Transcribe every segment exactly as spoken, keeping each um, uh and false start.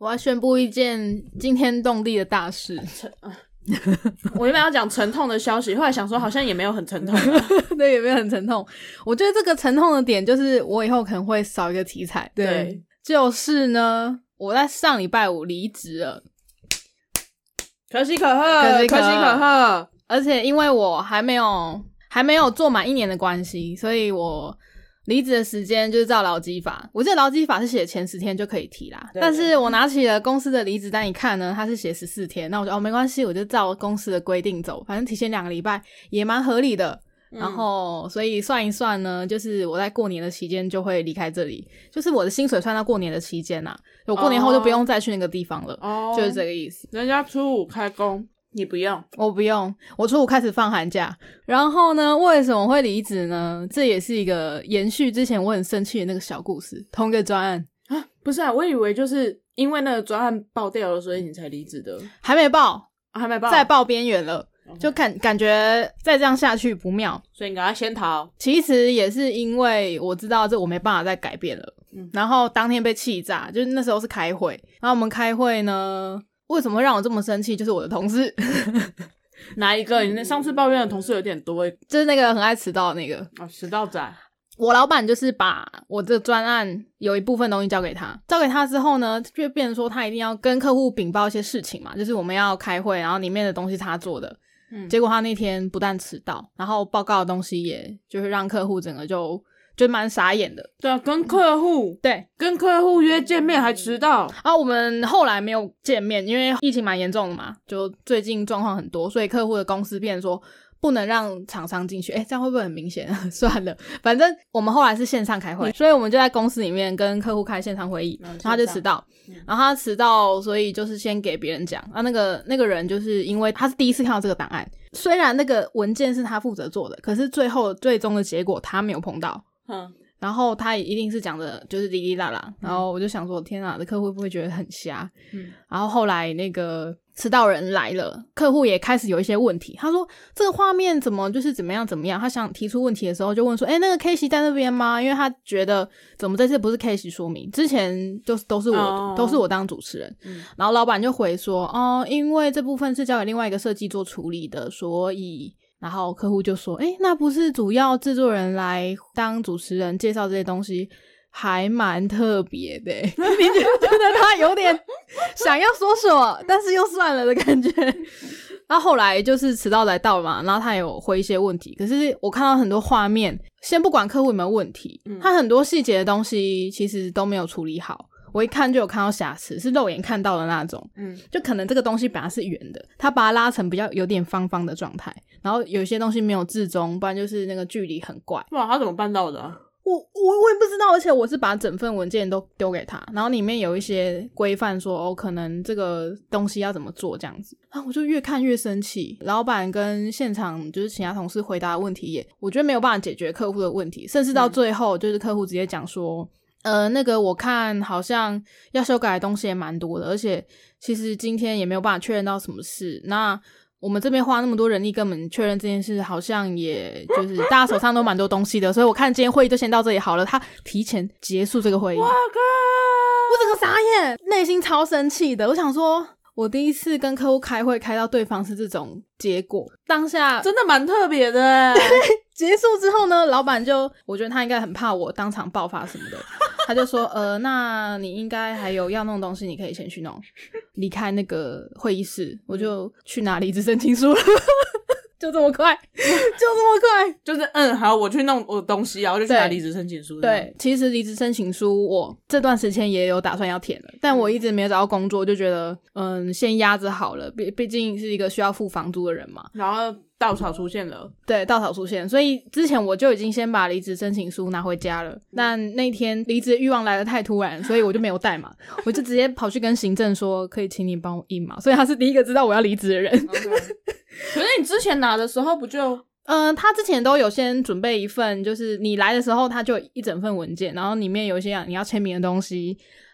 我要宣布一件惊天动地的大事。 我原本要讲沉痛的消息，后来想说好像也没有很沉痛、啊、 对，也没有很沉痛。我觉得这个沉痛的点就是我以后可能会少一个题材。 对, 对就是呢我在上礼拜五离职了， 可喜可贺， 可喜可贺， 可喜可贺。 而且因为我还没有还没有做满一年的关系，所以我离职的时间就是照劳基法，我记得劳基法是写前十天就可以提啦，但是我拿起了公司的离职单一看呢，它是写十四天，那我就哦没关系，我就照公司的规定走，反正提前两个礼拜也蛮合理的。然后所以算一算呢，就是我在过年的期间就会离开这里，就是我的薪水算到过年的期间啦，我过年后就不用再去那个地方了、哦、就是这个意思。 人家初五开工你不用， 我不用，我初五开始放寒假。然后呢为什么会离职呢？这也是一个延续之前我很生气的那个小故事，同一个专案啊。不是啊，我以为就是因为那个专案爆掉了所以你才离职的。 还没爆、 啊、还没爆， 在爆边缘了，就感感觉再这样下去不妙， 所以你赶快先逃。 其实也是因为我知道这我没办法再改变了、嗯、然后当天被气炸，就是那时候是开会，然后我们开会呢，为什么会让我这么生气，就是我的同事哪一个？你那上次抱怨的同事有点多耶， 就是那个很爱迟到的那个哦，迟到仔。 我老板就是把我这个专案有一部分东西交给他，交给他之后呢，就变成说他一定要跟客户禀报一些事情嘛，就是我们要开会，然后里面的东西是他做的。嗯，结果他那天不但迟到，然后报告的东西也就是让客户整个就就蛮傻眼的。 对啊，跟客户对跟客户约见面还迟到啊！我们后来没有见面，因为疫情蛮严重的嘛，就最近状况很多，所以客户的公司变成说不能让厂商进去。诶这样会不会很明显？算了，反正我们后来是线上开会、嗯、所以我们就在公司里面跟客户开线上会议、嗯、然后他就迟到、嗯、然后他迟到所以就是先给别人讲啊，那个那个人就是因为他是第一次看到这个档案，虽然那个文件是他负责做的，可是最后最终的结果他没有碰到。嗯，然后他一定是讲的就是哩哩啦啦，然后我就想说天啊，这客户会不会觉得很瞎？嗯，然后后来那个迟到人来了，客户也开始有一些问题，他说这个画面怎么就是怎么样怎么样，他想提出问题的时候就问说诶那个 case 在那边吗？因为他觉得怎么这次不是 case 说明，之前都都是我、oh. 都是我当主持人、嗯、然后老板就回说哦，因为这部分是交给另外一个设计做处理的，所以然后客户就说诶那不是主要制作人来当主持人介绍这些东西，还蛮特别的你觉得他有点想要说什么但是又算了的感觉。然后后来就是迟到来到嘛，然后他有回一些问题，可是我看到很多画面，先不管客户有没有问题、嗯、他很多细节的东西其实都没有处理好，我一看就有看到瑕疵，是肉眼看到的那种。嗯，就可能这个东西本来是圆的，他把它拉成比较有点方方的状态，然后有些东西没有置中，不然就是那个距离很怪。 哇，他怎么办到的啊？ 我我我也不知道，而且我是把整份文件都丢给他，然后里面有一些规范说哦，可能这个东西要怎么做这样子，然后我就越看越生气。老板跟现场就是其他同事回答的问题也我觉得没有办法解决客户的问题，甚至到最后就是客户直接讲说、嗯、呃，那个我看好像要修改的东西也蛮多的，而且其实今天也没有办法确认到什么事，那我们这边花那么多人力根本确认这件事好像也就是大家手上都蛮多东西的，所以我看今天会议就先到这里好了，他提前结束这个会议。哇靠，我整个傻眼，内心超生气的，我想说我第一次跟客户开会开到对方是这种结果，当下真的蛮特别的耶。 对，结束之后呢，老板就我觉得他应该很怕我当场爆发什么的他就说呃，那你应该还有要弄东西，你可以先去弄，离开那个会议室，我就去拿离职申请书了就这么快就这么快， 就是嗯好，我去弄我的东西啊，我就去拿离职申请书。 对，其实离职申请书我这段时间也有打算要填了，但我一直没有找到工作，就觉得嗯先压着好了，毕毕竟是一个需要付房租的人嘛。 然后稻草出现了， 对，稻草出现，所以之前我就已经先把离职申请书拿回家了，但那天离职的欲望来得太突然，所以我就没有带嘛我就直接跑去跟行政说可以请你帮我印嘛，所以他是第一个知道我要离职的人okay. 可是你之前拿的时候不就嗯、呃，他之前都有先准备一份，就是你来的时候他就有一整份文件，然后里面有一些你要签名的东西，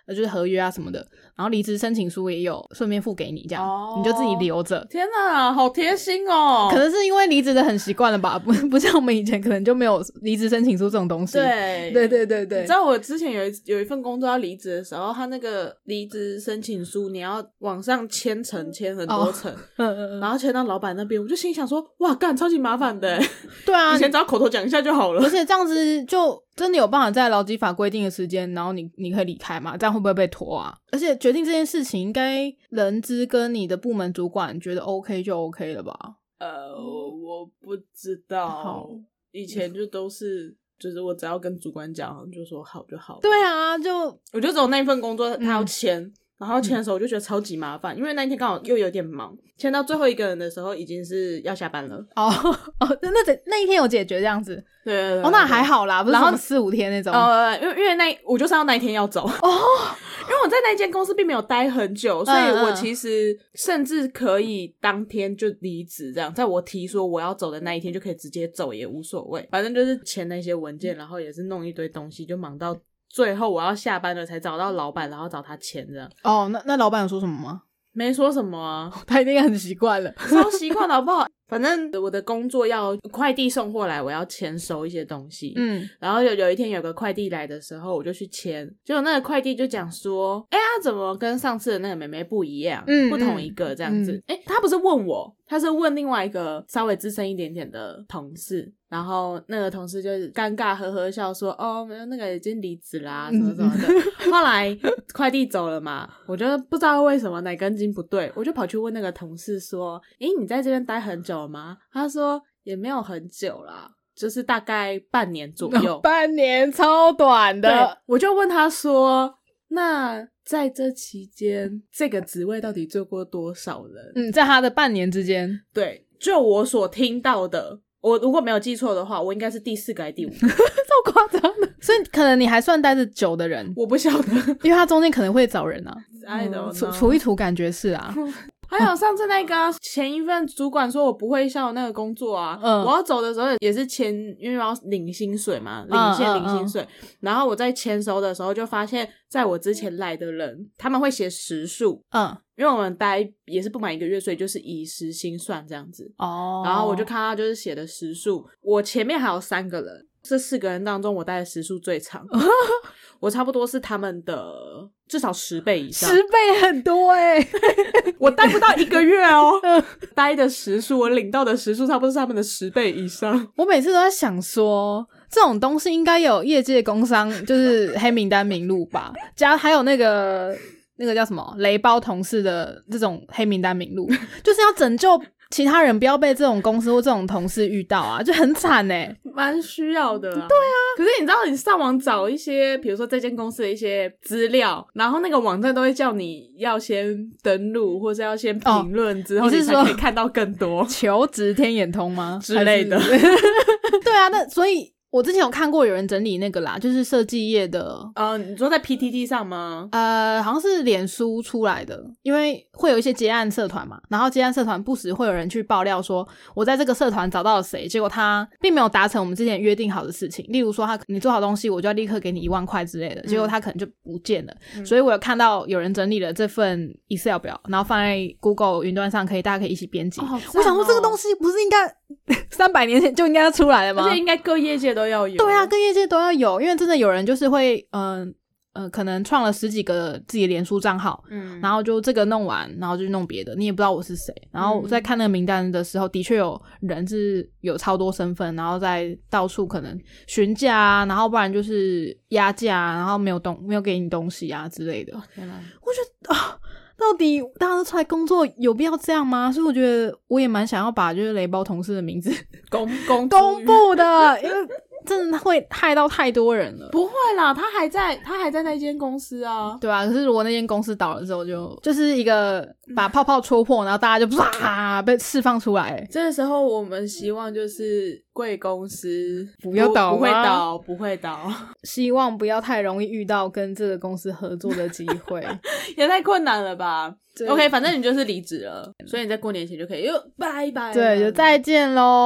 就是合约啊什么的，然后离职申请书也有顺便付给你，这样、哦、你就自己留着。 天哪，好贴心哦！ 可能是因为离职的很习惯了吧，不不像我们以前可能就没有离职申请书这种东西。 对对对对对， 你知道我之前有一有一份工作要离职的时候，他那个离职申请书你要往上签层，签很多层、哦嗯嗯，然后签到老板那边，我就心想说，哇，干超级麻烦的。 对啊， 以前只要口头讲一下就好了， 而且这样子就真的有办法在劳基法规定的时间，然后你你可以离开嘛？这样会不会被拖啊？而且决定这件事情，应该人资跟你的部门主管觉得 OK 就 OK 了吧？ 呃，我不知道，以前就都是。就是我只要跟主管讲就说好就好。 对啊，就我就只有那一份工作他要签、嗯、然后签的时候我就觉得超级麻烦、嗯、因为那一天刚好又有点忙，签到最后一个人的时候已经是要下班了。 哦哦，那那一天有解决这样子。 对对 对, 对， 哦，那还好啦，不是什么四五天那种。 呃，因为因为那我就是要那一天要走哦，因为我在那间公司并没有待很久，所以我其实甚至可以当天就离职，这样在我提说我要走的那一天就可以直接走也无所谓，反正就是签那些文件，然后也是弄一堆东西，就忙到最后我要下班了才找到老板，然后找他签这样。 哦，那那老板有说什么吗？ 没说什么啊， 他一定很习惯了， 超习惯了好不好？反正我的工作要快递送货来，我要签收一些东西。嗯，然后有有一天有个快递来的时候，我就去签，结果那个快递就讲说，哎呀，怎么跟上次的那个妹妹不一样？嗯，不同一个这样子。哎、嗯，他不是问我，他是问另外一个稍微资深一点点的同事。然后那个同事就尴尬呵呵笑说，哦，没有，那个已经离职啦，什么什么的。后来快递走了嘛，我就不知道为什么哪根筋不对，我就跑去问那个同事说，诶，你在这边待很久了吗？他说也没有很久啦，就是大概半年左右。 半年超短的。 对，我就问他说，那在这期间这个职位到底做过多少人？ 嗯，在他的半年之间。 对，就我所听到的，我如果没有记错的话，我应该是第四个还是第五个。 超夸张的。所以可能你还算待着久的人。 我不晓得， 因为他中间可能会找人啊。 I don't know， 处一处感觉是啊。 还有上次那个、啊、前一份主管说我不会效那个工作啊、嗯、我要走的时候也是签，因为我要领薪水嘛，领现领薪水、嗯嗯嗯、然后我在签收的时候就发现在我之前来的人他们会写时数，嗯，因为我们待也是不满一个月，所以就是以时薪算这样子哦。然后我就看到就是写的时数，我前面还有三个人，这四个人当中我待的时数最长我差不多是他们的至少十倍以上。 十倍很多欸我待不到一个月哦待的时数我领到的时数差不多是他们的十倍以上。 我每次都在想说这种东西应该有业界工商就是黑名单名录吧加还有那个那个叫什么雷包同事的这种黑名单名录就是要拯救其他人不要被这种公司或这种同事遇到啊，就很惨欸， 蛮需要的啊。对啊， 可是你知道你上网找一些比如说这间公司的一些资料，然后那个网站都会叫你要先登录或是要先评论之后、哦、你, 你才可以看到更多求职天眼通吗之类的对啊，那所以我之前有看过有人整理那个啦，就是设计业的呃，你说在 P T T 上吗？ 呃，好像是脸书出来的，因为会有一些接案社团嘛，然后接案社团不时会有人去爆料说我在这个社团找到了谁，结果他并没有达成我们之前约定好的事情，例如说他你做好东西我就要立刻给你一万块之类的、嗯、结果他可能就不见了、嗯、所以我有看到有人整理了这份 Excel 表，然后放在 Google 云端上，可以大家可以一起编辑、哦哦、我想说这个东西不是应该三百年前就应该要出来了吗？ 而且应该各业界都要有。 对啊，各业界都要有，因为真的有人就是会嗯 呃, 呃可能创了十几个自己的脸书账号，嗯，然后就这个弄完然后就去弄别的，你也不知道我是谁，然后在看那个名单的时候、嗯、的确有人是有超多身份，然后在到处可能询价啊，然后不然就是压价啊，然后没有东没有给你东西啊之类的、哦、天哪，我觉得啊到底大家都出来工作有必要这样吗？所以我觉得我也蛮想要把就是雷包同事的名字公公公布的，因为真的会害到太多人了。 不会啦，他还在他还在那间公司啊。 对啊，可是如果那间公司倒了之后就就是一个把泡泡戳破然后大家就啪被释放出来。 这个时候我们希望就是贵公司不要倒， 不会倒不会倒， 希望不要太容易遇到跟这个公司合作的机会也太困难了吧。OK， 反正你就是离职了，所以你在过年前就可以又拜拜。 对，就再见咯。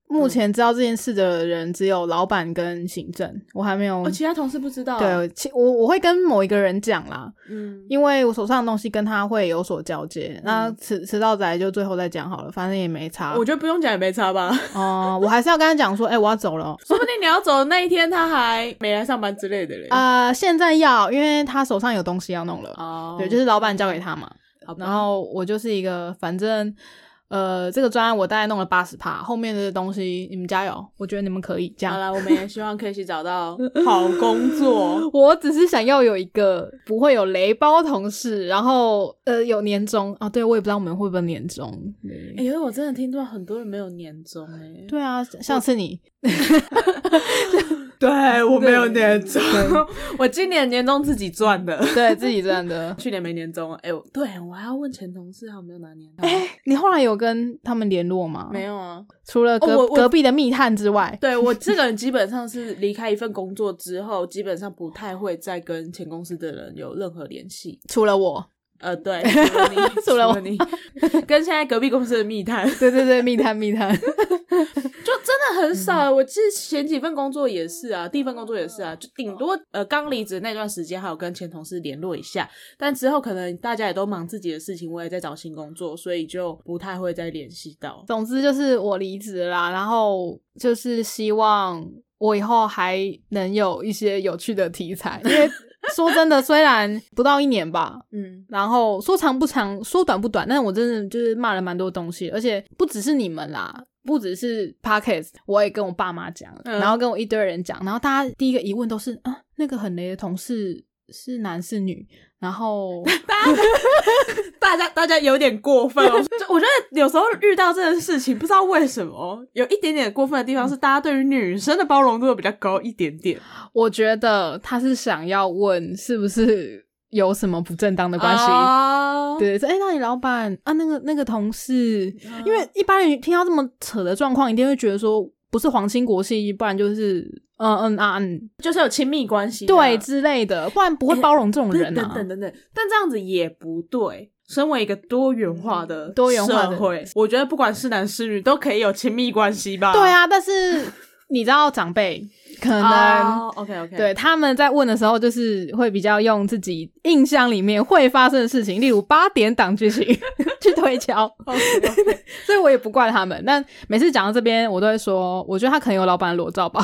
目前知道这件事的人只有老板跟行政，我还没有、 哦、其他同事不知道。 对，其我我会跟某一个人讲啦， 嗯， 因为我手上的东西跟他会有所交接、嗯、那迟迟到仔就最后再讲好了，反正也没差。 我觉得不用讲也没差吧。 哦、呃，我还是要跟他讲说哎、欸，我要走了说不定你要走的那一天他还没来上班之类的嘞。 啊、呃，现在要，因为他手上有东西要弄了。哦，对，就是老板交给他嘛。好，然后我就是一个反正呃，这个专案我大概弄了 百分之八十， 后面的东西你们加油，我觉得你们可以这样。 好啦，我们也希望可以去找到好工作。 我只是想要有一个不会有雷包同事，然后呃有年终啊，对，我也不知道我们会不会年终。 哎、欸，因为我真的听到很多人没有年终哎、欸。 对啊，上次你对，我没有年终，我今年年终自己赚的， 对，自己赚的。 去年没年终，哎、欸，对，我还要问前同事还有没有拿年终。 哎、欸，你后来有跟他们联络吗？ 没有啊， 除了隔、哦、隔壁的密探之外。 对，我这个人基本上是离开一份工作之后，基本上不太会再跟前公司的人有任何联系， 除了我。 呃，对，除了你， 除了我你，跟现在隔壁公司的密探， 对对对，密探密探， 就真的很少。嗯、我记得前几份工作也是啊，第一份工作也是啊，就顶多呃刚离职那段时间还有跟前同事联络一下，但之后可能大家也都忙自己的事情，我也在找新工作，所以就不太会再联系到。 总之就是我离职啦，然后就是希望我以后还能有一些有趣的题材，因为。说真的，虽然不到一年吧，嗯，然后说长不长，说短不短，但是我真的就是骂了蛮多东西，而且不只是你们啦，不只是 Podcast， 我也跟我爸妈讲、嗯，然后跟我一堆人讲，然后大家第一个疑问都是啊，那个很雷的同事是男是女？然后大家大家大家有点过分哦，我觉得有时候遇到这件事情，不知道为什么有一点点过分的地方是，大家对于女生的包容度比较高一点点。 我觉得他是想要问是不是有什么不正当的关系。Oh. 对，说哎、欸，那你老板啊，那个那个同事， uh. 因为一般人听到这么扯的状况，一定会觉得说不是皇亲国戚，不然就是嗯嗯啊嗯， 就是有亲密关系， 对之类的，不然不会包容这种人啊。 欸、等等等等，但这样子也不对。身为一个多元化的多元化社会，我觉得不管是男是女都可以有亲密关系吧。 对啊，但是你知道长辈可能、 oh, OK OK， 对，他们在问的时候就是会比较用自己印象里面会发生的事情，例如八点档剧情去推敲。 okay, okay. 所以我也不怪他们，但每次讲到这边我都会说，我觉得他可能有老板的裸照吧。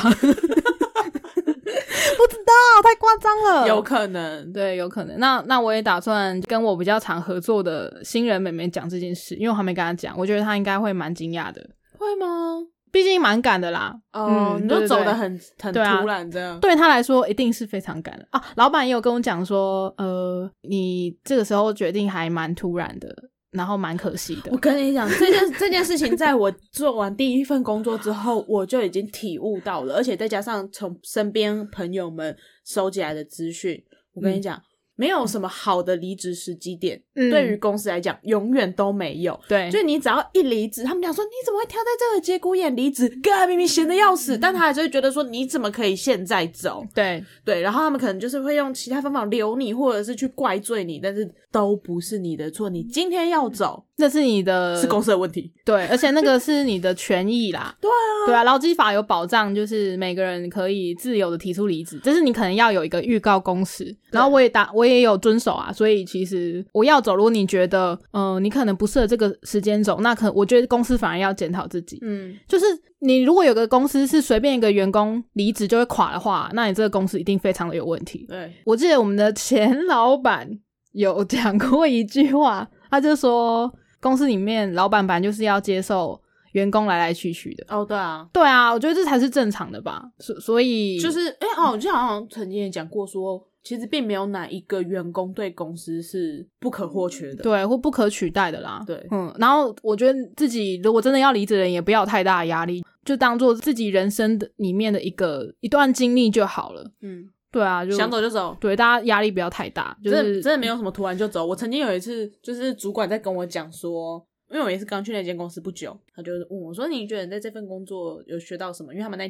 不知道，太夸张了。 有可能， 对，有可能。那那我也打算跟我比较常合作的新人妹妹讲这件事，因为我还没跟她讲，我觉得她应该会蛮惊讶的。 会吗？ 毕竟蛮赶的啦。 哦、嗯，你就走得很很突啊然这样。 对他来说一定是非常赶的啊。老板也有跟我讲说，呃，你这个时候决定还蛮突然的。然后蛮可惜的。 我跟你讲，这件这件事情，在我做完第一份工作之后，我就已经体悟到了，而且再加上从身边朋友们收集来的资讯，我跟你讲。嗯，没有什么好的离职时机点，嗯，对于公司来讲永远都没有。 对， 就你只要一离职，他们讲说你怎么会挑在这个节骨眼离职，干明明闲得要死，嗯，但他还是会觉得说你怎么可以现在走。 对对，然后他们可能就是会用其他方法留你，或者是去怪罪你，但是都不是你的错，你今天要走那是你的， 是公司的问题。 对，而且那个是你的权益啦。 对啊， 对啊，劳基法有保障，就是每个人可以自由的提出离职，这是你可能要有一个预告公时，然后我也打我也有遵守啊，所以其实我要走，如果你觉得呃你可能不适合这个时间走，那可能我觉得公司反而要检讨自己。嗯，就是你如果有个公司是随便一个员工离职就会垮的话，那你这个公司一定非常的有问题。 对，我记得我们的前老板有讲过一句话，他就说公司里面老板本来就是要接受员工来来去去的。 哦，对啊， 对啊，我觉得这才是正常的吧。所所以就是哎、欸、哦，我就好像曾经也讲过说，其实并没有哪一个员工对公司是不可或缺的， 对，或不可取代的啦。 对， 嗯，然后我觉得自己如果真的要离职的人，也不要有太大的压力，就当做自己人生的里面的一个一段经历就好了。嗯。对啊，就想走就走， 对，大家压力不要太大，就是真的真的没有什么突然就走。我曾经有一次，就是主管在跟我讲说，因为我也是刚去那间公司不久，他就问我说：“你觉得你在这份工作有学到什么？”因为他们那天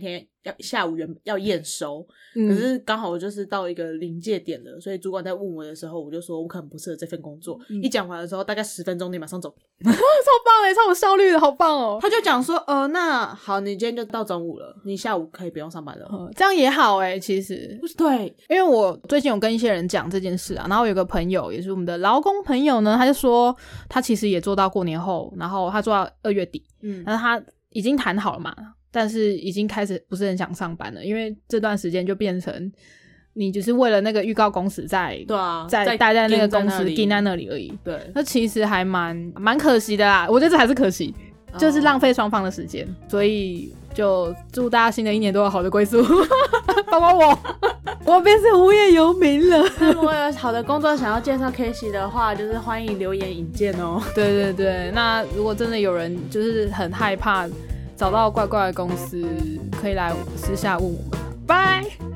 要下午原要验收、嗯、可是刚好我就是到一个临界点了，所以主管在问我的时候我就说我可能不适合这份工作、嗯、一讲完的时候大概十分钟你马上走超棒耶，超有效率的，好棒哦。 他就讲说呃那好你今天就到中午了，你下午可以不用上班了、 嗯、这样也好耶其实对， 因为我最近有跟一些人讲这件事啊，然后有个朋友也是我们的劳工朋友呢，他就说他其实也做到过年后，然后他做到二月底，嗯，但是他已经谈好了嘛，但是已经开始不是很想上班了，因为这段时间就变成你只是为了那个预告工时在对啊， 在待在那个公司盯在那里而已，对，那其实还蛮蛮可惜的啦，我觉得这还是可惜，就是浪费双方的时间、哦、所以就祝大家新的一年都有好的归宿包括我我变成无业游民了如果有好的工作想要介绍 Casey 的话，就是欢迎留言引荐哦。 对对对，那如果真的有人就是很害怕找到怪怪的公司，可以来私下问我们。拜。